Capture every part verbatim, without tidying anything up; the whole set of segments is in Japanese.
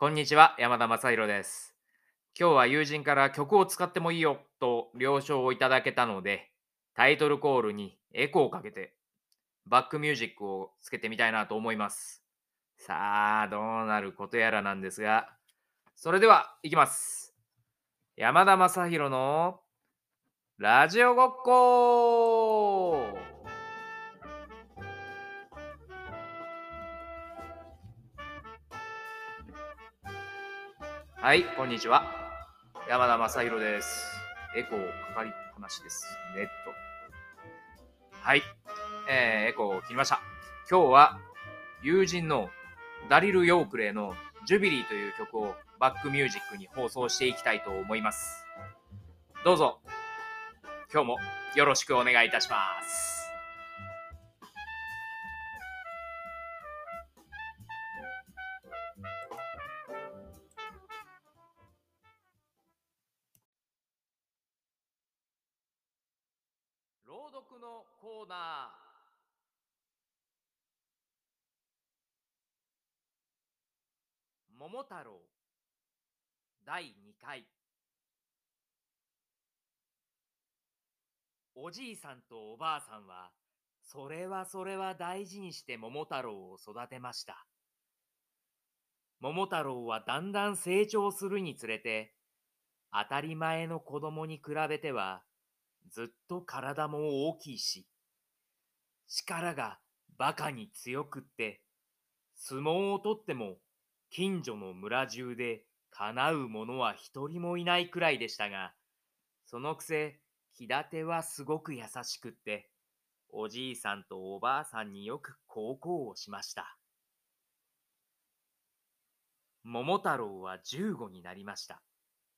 こんにちは、山田正宏です。今日は友人から曲を使ってもいいよと了承をいただけたので、タイトルコールにエコーをかけてバックミュージックをつけてみたいなと思います。さあ、どうなることやらなんですが、それでは行きます。山田正宏のラジオごっこ。はい、こんにちは。山田正宏です。エコーかかりっぱなしです。ネット。はい、えー、エコーを切りました。今日は友人のダリル・ヨークレーのジュビリーという曲をバックミュージックに放送していきたいと思います。どうぞ今日もよろしくお願いいたします。朗読のコーナー、桃太郎だいにかい。おじいさんとおばあさんはそれはそれは大事にして桃太郎を育てました。桃太郎はだんだん成長するにつれて、当たり前の子供に比べてはずっと体も大きいし、力がバカに強くって、相撲をとっても近所の村中でかなう者は一人もいないくらいでしたが、そのくせ気立てはすごく優しくって、おじいさんとおばあさんによく孝行をしました。桃太郎はじゅうごになりました。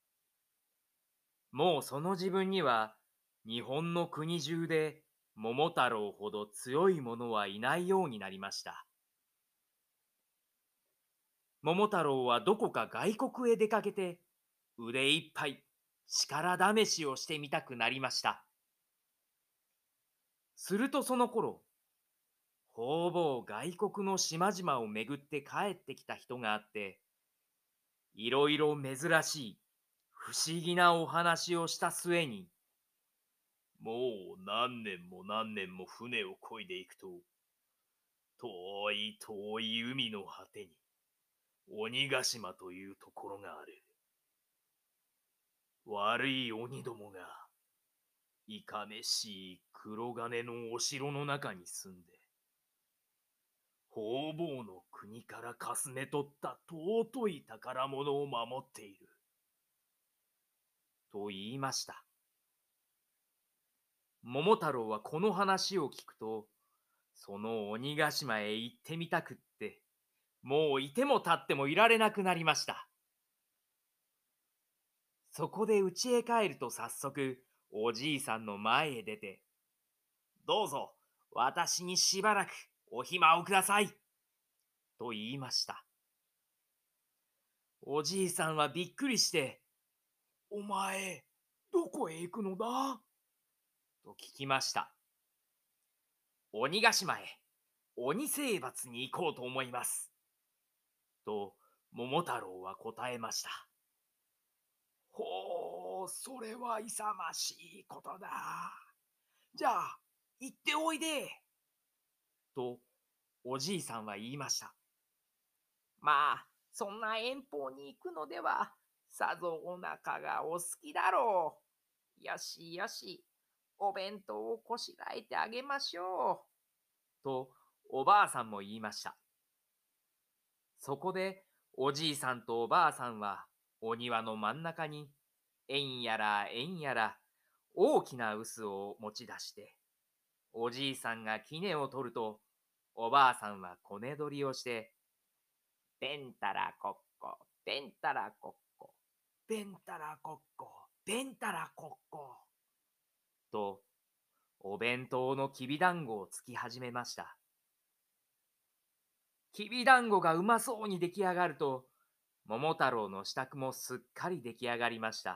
もうその自分には日本の国中で桃太郎ほど強い者はいないようになりました。桃太郎はどこか外国へ出かけて腕いっぱい力試しをしてみたくなりました。するとその頃、ほぼ外国の島々を巡って帰ってきた人があって、いろいろ珍しい不思議なお話をした末に、もう何年も何年も船を漕いでいくと、遠い遠い海の果てに鬼ヶ島というところがある。悪い鬼どもがいかめしい黒金のお城の中に住んで、方々の国からかすめ取った尊い宝物を守っている。と言いました。桃太郎はこの話を聞くと、その鬼ヶ島へ行ってみたくって、もういても立ってもいられなくなりました。そこで家へ帰ると早速、おじいさんの前へ出て、どうぞ、私にしばらくお暇をください。と言いました。おじいさんはびっくりして、お前、どこへ行くのだと聞きました。鬼ヶ島へ、鬼征伐に行こうと思います。と、桃太郎は答えました。ほう、それは勇ましいことだ。じゃあ、行っておいで。と、おじいさんは言いました。まあ、そんな遠方に行くのでは、さぞお腹がお好きだろう。よしよし、お弁当をこしらえてあげましょう。と、おばあさんも言いました。そこで、おじいさんとおばあさんは、お庭の真ん中に、えんやらえんやら、大きな臼を持ち出して、おじいさんが杵を取ると、おばあさんはこね取りをして、ペンタラコッコ、ペンタラコッコ、ペンタラコッコ、ペンタラコッコ、と、お弁当のきびだんごをつき始めました。きびだんごがうまそうに出来上がると、桃太郎の支度もすっかり出来上がりました。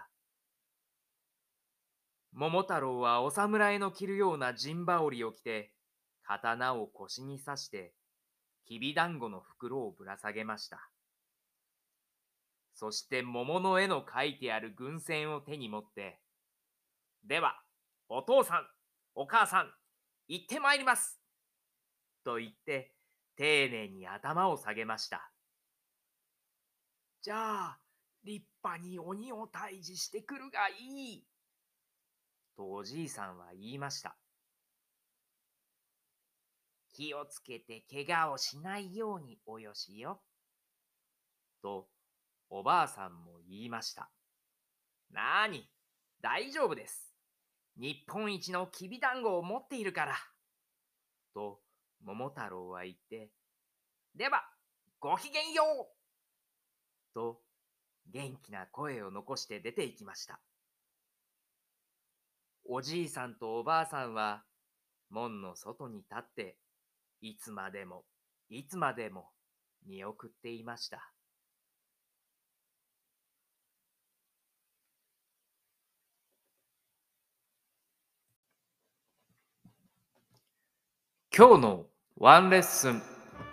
桃太郎はお侍の着るような陣羽織を着て、刀を腰に刺して、きびだんごの袋をぶら下げました。 そして桃の絵の描いてある軍船を手に持って、では、お父さん、お母さん、行ってまいります。と言って、丁寧に頭を下げました。じゃあ、立派に鬼を退治してくるがいい。とおじいさんは言いました。気をつけて怪我をしないようにおよしよ。と、おばあさんも言いました。なーに、大丈夫です。日本一のきびだんごを持っているから。と、桃太郎は言って、では、ごきげんよう。と、元気な声を残して出て行きました。おじいさんとおばあさんは、門の外に立って、いつまでも、いつまでも見送っていました。今日のワンレッスン。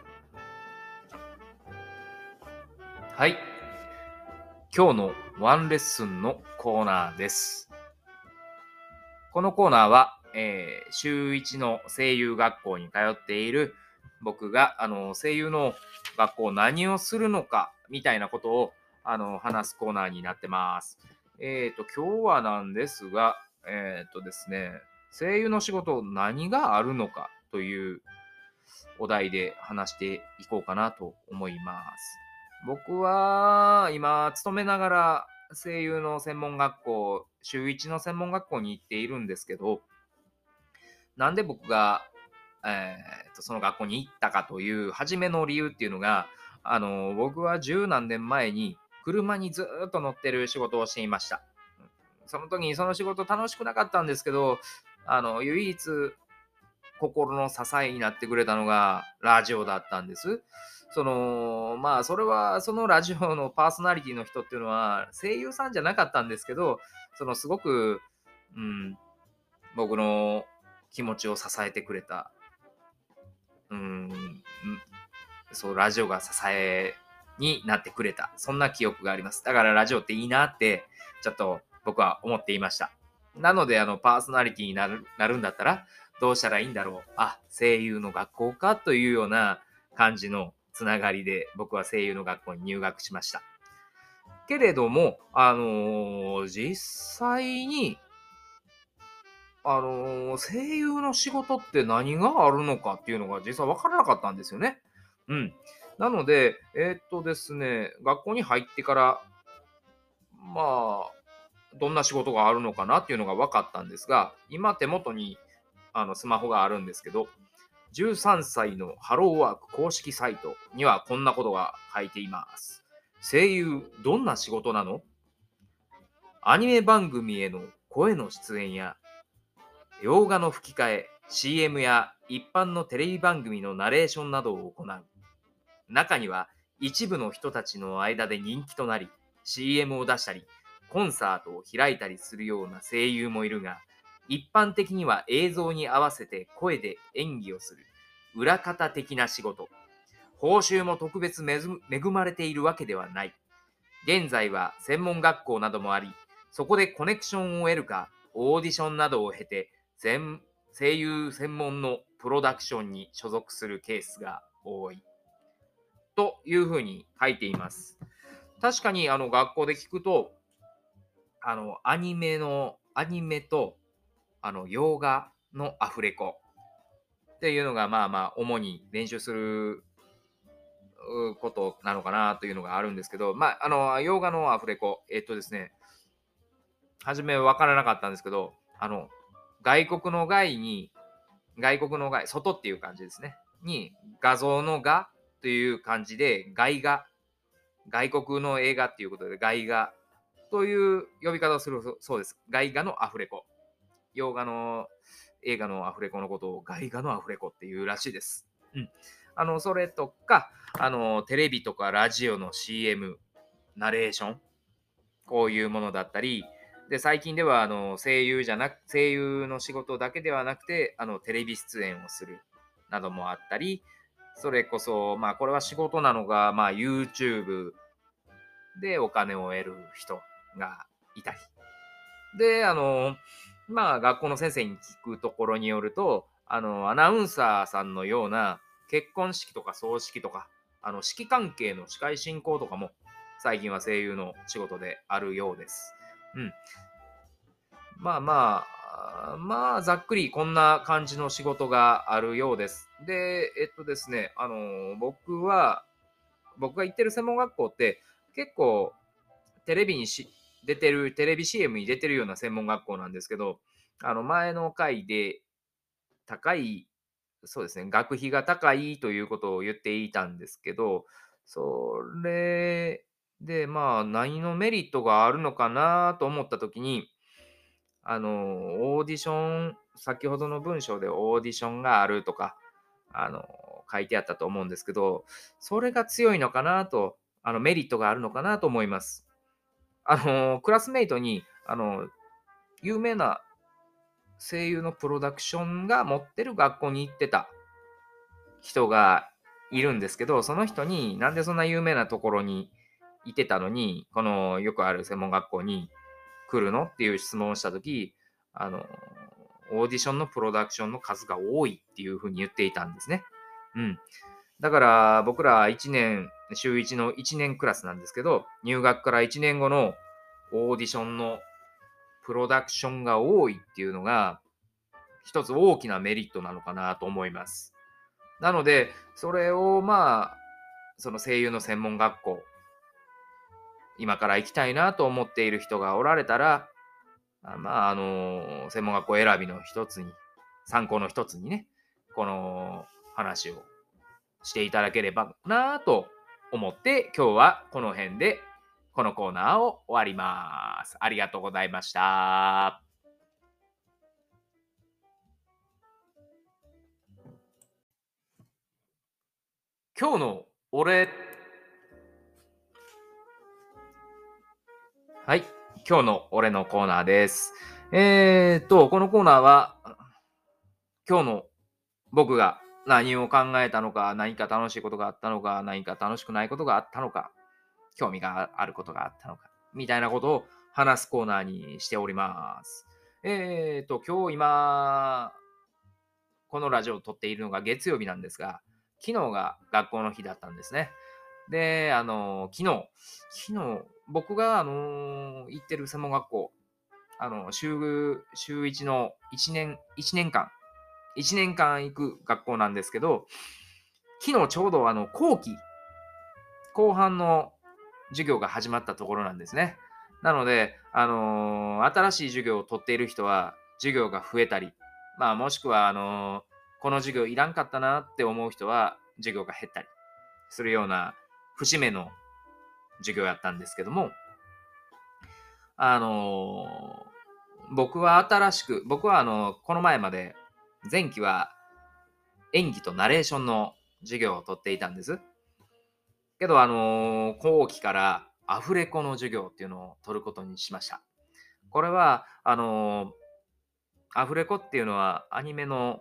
はい。今日のワンレッスンのコーナーです。このコーナーは、えー、週いちの声優学校に通っている僕があの声優の学校何をするのかみたいなことをあの話すコーナーになってます。えっ、ー、と、今日はなんですが、えっ、ー、とですね、声優の仕事何があるのかというお題で話していこうかなと思います。僕は今勤めながら声優の専門学校、週いちの専門学校に行っているんですけど、なんで僕が、えー、とその学校に行ったかという初めの理由っていうのが、あの僕は十何年前に車にずっと乗ってる仕事をしていました。その時にその仕事楽しくなかったんですけど、あの唯一心の支えになってくれたのがラジオだったんです。そのまあそれはそのラジオのパーソナリティの人っていうのは声優さんじゃなかったんですけど、そのすごく、うん、僕の気持ちを支えてくれた、うん、そうラジオが支えになってくれた、そんな記憶があります。だからラジオっていいなってちょっと僕は思っていました。なのであのパーソナリティになるなるんだったらどうしたらいいんだろう、あ、声優の学校かというような感じのつながりで僕は声優の学校に入学しました。けれども、あのー実際に、あのー声優の仕事って何があるのかっていうのが実は分からなかったんですよね。うん。なので、えーっとですね、学校に入ってから、まあ、どんな仕事があるのかなっていうのが分かったんですが、今手元にあのスマホがあるんですけど、じゅうさんさいのハローワーク公式サイトにはこんなことが書いています。声優、どんな仕事なの？アニメ番組への声の出演や、洋画の吹き替え、シーエム や一般のテレビ番組のナレーションなどを行う。中には一部の人たちの間で人気となり、シーエム を出したり、コンサートを開いたりするような声優もいるが、一般的には映像に合わせて声で演技をする裏方的な仕事。報酬も特別恵まれているわけではない。現在は専門学校などもあり、そこでコネクションを得るか、オーディションなどを経て、全声優専門のプロダクションに所属するケースが多い。というふうに書いています。確かにあの学校で聞くと、あのアニメの、アニメとあの洋画のアフレコっていうのがまあまあ主に練習することなのかなというのがあるんですけど、まあ、あの洋画のアフレコ、えっとですね、初め分からなかったんですけど、あの外国の外に、外国の外、外っていう感じですね、に画像の画という感じで、外画、外国の映画っていうことで外画という呼び方をするそうです。外画のアフレコ。洋画の映画のアフレコのことを外画のアフレコっていうらしいです。うん。あの、それとか、あの、テレビとかラジオの シーエム、ナレーション、こういうものだったり、で、最近では、あの、声優じゃなく、声優の仕事だけではなくて、あの、テレビ出演をするなどもあったり、それこそ、まあ、これは仕事なのが、まあ、YouTube で、お金を得る人がいたり。で、あの、まあ、学校の先生に聞くところによると、あの、アナウンサーさんのような結婚式とか葬式とか、あの、式関係の司会進行とかも、最近は声優の仕事であるようです。うん。まあまあ、まあ、ざっくりこんな感じの仕事があるようです。で、えっとですね、あの、僕は、僕が行ってる専門学校って結構テレビにし出てる、テレビ シーエム に出てるような専門学校なんですけど、あの前の回で高い、そうですね、学費が高いということを言っていたんですけど、それでまあ何のメリットがあるのかなと思ったときに、あの、オーディション、先ほどの文章でオーディションがあるとか、あの、書いてあったと思うんですけど、それが強いのかなと、あの、メリットがあるのかなと思います。あの、クラスメイトに、あの、有名な声優のプロダクションが持ってる学校に行ってた人がいるんですけど、その人になんでそんな有名なところにいてたのに、このよくある専門学校に来るのっていう質問をしたとき、あの、オーディションのプロダクションの数が多いっていうふうに言っていたんですね。うん。だから僕らいちねん、週いちのいちねんクラスなんですけど、入学からいちねんごのオーディションのプロダクションが多いっていうのが、一つ大きなメリットなのかなと思います。なので、それをまあ、その声優の専門学校、今から行きたいなと思っている人がおられたら、あまあ、あの、専門学校選びの一つに、参考の一つにね、この話をしていただければなと思って、今日はこの辺で、このコーナーを終わります。ありがとうございました。今日の俺。はい。今日の俺のコーナーです。えーっと、このコーナーは、今日の僕が何を考えたのか、何か楽しいことがあったのか、何か楽しくないことがあったのか、興味があることがあったのか、みたいなことを話すコーナーにしております。えーと、今日今、このラジオを撮っているのが月曜日なんですが、昨日が学校の日だったんですね。で、あの、昨日、昨日、僕が、あの、行ってる専門学校、あの、週、週いちのいちねん、いちねんかん、いちねんかん行く学校なんですけど、昨日ちょうどあの、後期、後半の授業が始まったところなんですね。なので、あのー新しい授業を取っている人は、授業が増えたり、まあ、もしくは、あのーこの授業いらんかったなって思う人は、授業が減ったりするような節目の授業やったんですけども、あのー僕は新しく、僕はあのこの前まで、前期は演技とナレーションの授業を取っていたんです。けど、あのー後期からアフレコの授業っていうのを取ることにしました。これは、あのーアフレコっていうのはアニメの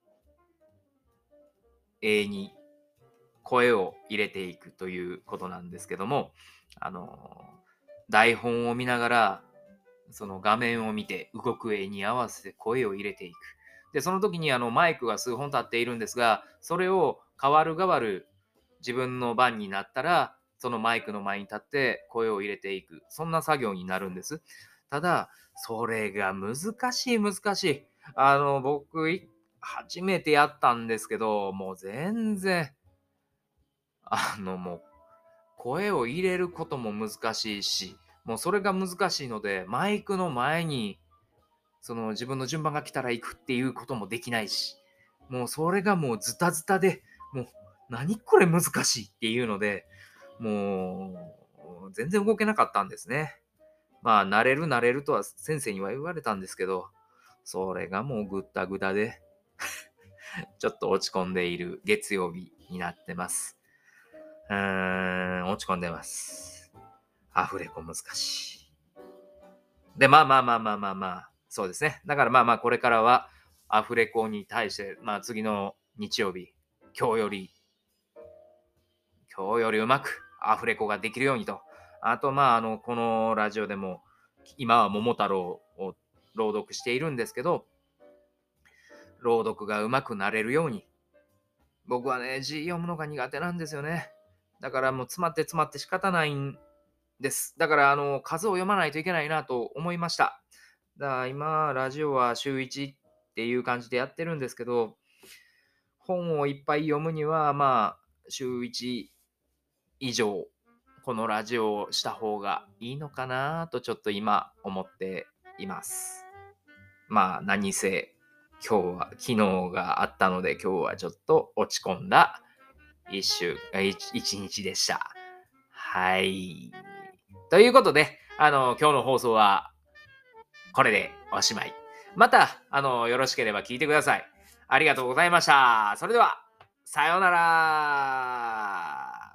絵に声を入れていくということなんですけども、あのー台本を見ながら、その画面を見て動く絵に合わせて声を入れていく。で、その時にあのマイクが数本立っているんですが、それを代わる代わる自分の番になったら、そのマイクの前に立って声を入れていく。そんな作業になるんです。ただ、それが難しい難しい。あの、僕、初めてやったんですけど、もう全然、あの、もう声を入れることも難しいし、もうそれが難しいので、マイクの前にその自分の順番が来たら行くっていうこともできないし、もうそれがもうズタズタで、もう何これ難しいっていうので、もう全然動けなかったんですね。まあ、慣れる慣れるとは先生には言われたんですけど、それがもうぐったぐたで、ちょっと落ち込んでいる月曜日になってます。うーん、落ち込んでます。アフレコ難しい。で、まあまあまあまあまあまあ、そうですね。だからまあまあ、これからはアフレコに対して、まあ次の日曜日、今日より、今日よりうまくアフレコができるようにと、 あと、まあ、あの、このラジオでも、今は桃太郎を朗読しているんですけど、朗読が上手くなれるように、僕はね、字読むのが苦手なんですよね。だからもう詰まって詰まって仕方ないんです。だから、あの、数を読まないといけないなと思いました。だから今、ラジオは週いちっていう感じでやってるんですけど、本をいっぱい読むには、まあ、週いち以上、このラジオをした方がいいのかなとちょっと今思っています。まあ、何せ、今日は、昨日があったので、今日はちょっと落ち込んだ一週、あ一一日でした。はい。ということで、あの、今日の放送はこれでおしまい。また、あの、よろしければ聞いてください。ありがとうございました。それでは、さようなら。